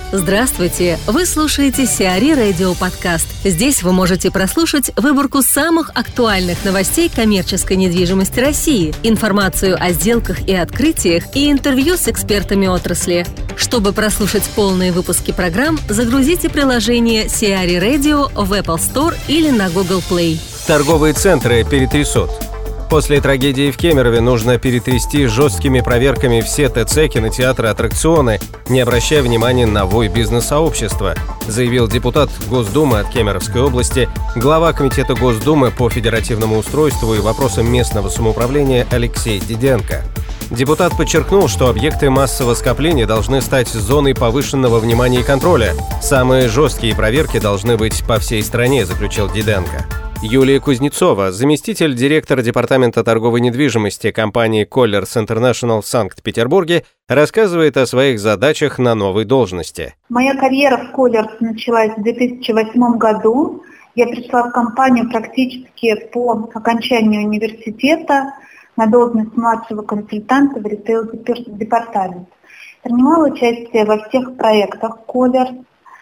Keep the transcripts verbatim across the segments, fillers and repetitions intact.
Здравствуйте! Вы слушаете Сиари Радио Подкаст. Здесь вы можете прослушать выборку самых актуальных новостей коммерческой недвижимости России, информацию о сделках и открытиях и интервью с экспертами отрасли. Чтобы прослушать полные выпуски программ, загрузите приложение Сиари Radio в Apple Store или на Google Play. Торговые центры перетрясут. После трагедии в Кемерове нужно перетрясти жесткими проверками все ТЦ, кинотеатры, аттракционы, не обращая внимания на вой бизнес-сообщества, заявил депутат Госдумы от Кемеровской области, глава Комитета Госдумы по федеративному устройству и вопросам местного самоуправления Алексей Диденко. Депутат подчеркнул, что объекты массового скопления должны стать зоной повышенного внимания и контроля. Самые жесткие проверки должны быть по всей стране, заключил Диденко. Юлия Кузнецова, заместитель директора департамента торговой недвижимости компании Colliers International в Санкт-Петербурге, рассказывает о своих задачах на новой должности. Моя карьера в Colliers началась в две тысячи восьмом году. Я пришла в компанию практически по окончанию университета на должность младшего консультанта в ритейл-департаменте. Принимала участие во всех проектах Colliers.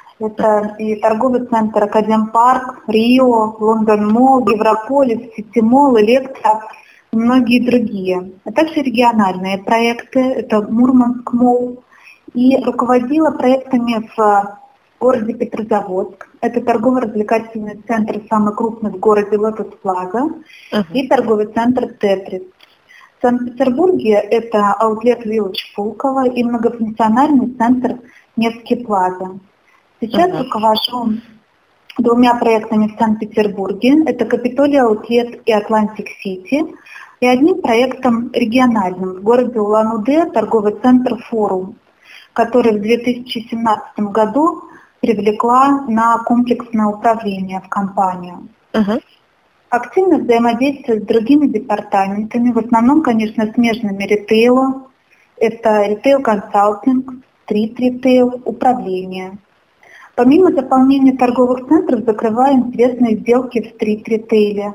Это и торговый центр Академпарк, Рио, Лондон Молл, Европолис, Сити Молл, Электро и многие другие. А также региональные проекты, это Мурманск Молл. И руководила проектами в городе Петрозаводск. Это торгово-развлекательный центр, самый крупный в городе Лотос Плаза, uh-huh. и торговый центр Тетрис. В Санкт-Петербурге это аутлет Вилледж Пулково и многофункциональный центр Невский Плаза. Сейчас uh-huh. руковожу двумя проектами в Санкт-Петербурге. Это Капитолий Аутлет и Атлантик Сити. И одним проектом региональным в городе Улан-Удэ торговый центр Форум, который в две тысячи семнадцатом году привлекла на комплексное управление в компанию. Uh-huh. Активно взаимодействую с другими департаментами, в основном, конечно, смежными ритейлу. Это ритейл-консалтинг, стрит-ритейл, управление. Помимо заполнения торговых центров, закрываем известные сделки в стрит-ритейле.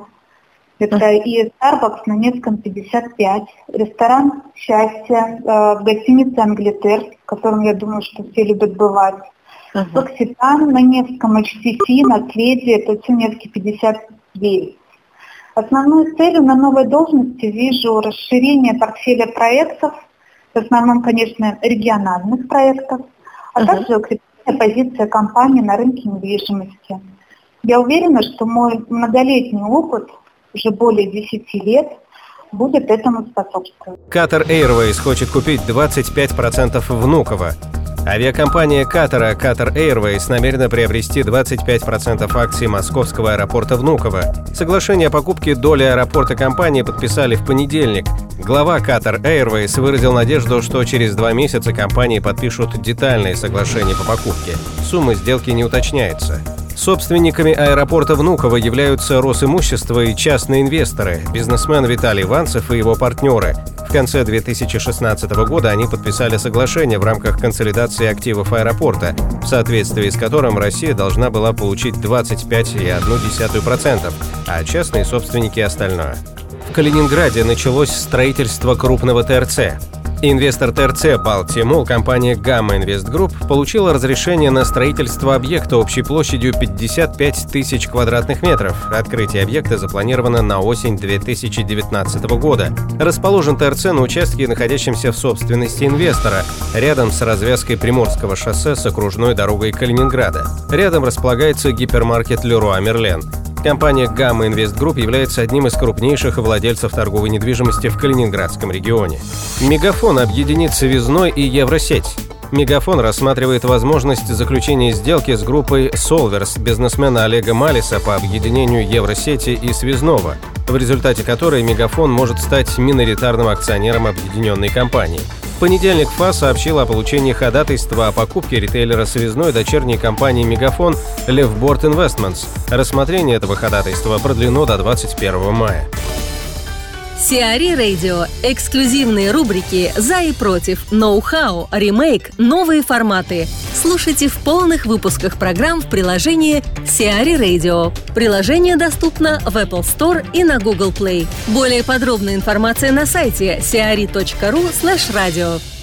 Это и Starbucks на Невском пятьдесят пять, ресторан «Счастье» в гостинице «Англитер», в котором, я думаю, что все любят бывать. Локситан uh-huh. на Невском, эйч си си, наследие, это все Невский пятьдесят девять. Основной целью на новой должности вижу расширение портфеля проектов, в основном, конечно, региональных проектов, а uh-huh. также укрепление позиция компании на рынке недвижимости. Я уверена, что мой многолетний опыт, уже более десяти лет, будет этому способствовать. Qatar Airways хочет купить двадцать пять процентов Внуково. Авиакомпания Катара Qatar Airways намерена приобрести двадцать пять процентов акций московского аэропорта Внуково. Соглашение о покупке доли аэропорта компании подписали в понедельник. Глава Qatar Airways выразил надежду, что через два месяца компании подпишут детальные соглашения по покупке. Сумма сделки не уточняется. Собственниками аэропорта Внуково являются Росимущество и частные инвесторы, бизнесмен Виталий Ванцев и его партнеры. В конце две тысячи шестнадцатого года они подписали соглашение в рамках консолидации активов аэропорта, в соответствии с которым Россия должна была получить двадцать пять целых одна десятая процента, а частные собственники – остальное. В Калининграде началось строительство крупного ТРЦ. Инвестор ТРЦ «Балтимолл» компания «Гамма Инвест Групп» получила разрешение на строительство объекта общей площадью пятьдесят пять тысяч квадратных метров. Открытие объекта запланировано на осень две тысячи девятнадцатого года. Расположен ТРЦ на участке, находящемся в собственности инвестора, рядом с развязкой Приморского шоссе с окружной дорогой Калининграда. Рядом располагается гипермаркет «Леруа Мерлен». Компания «Гамма Инвест Групп» является одним из крупнейших владельцев торговой недвижимости в Калининградском регионе. Мегафон объединит связной и Евросеть. Мегафон рассматривает возможность заключения сделки с группой Solvers бизнесмена Олега Малиса по объединению Евросети и связного, в результате которой Мегафон может стать миноритарным акционером объединенной компании. В понедельник ФАС сообщила о получении ходатайства о покупке ритейлера связной дочерней компании «Мегафон» Левборд Инвестментс. Рассмотрение этого ходатайства продлено до двадцать первого мая. Сиари Radio. Эксклюзивные рубрики «За и против», «Ноу-хау», «Ремейк», «Новые форматы». Слушайте в полных выпусках программ в приложении Сиари Radio. Приложение доступно в Apple Store и на Google Play. Более подробная информация на сайте сиари точка ру слэш радио.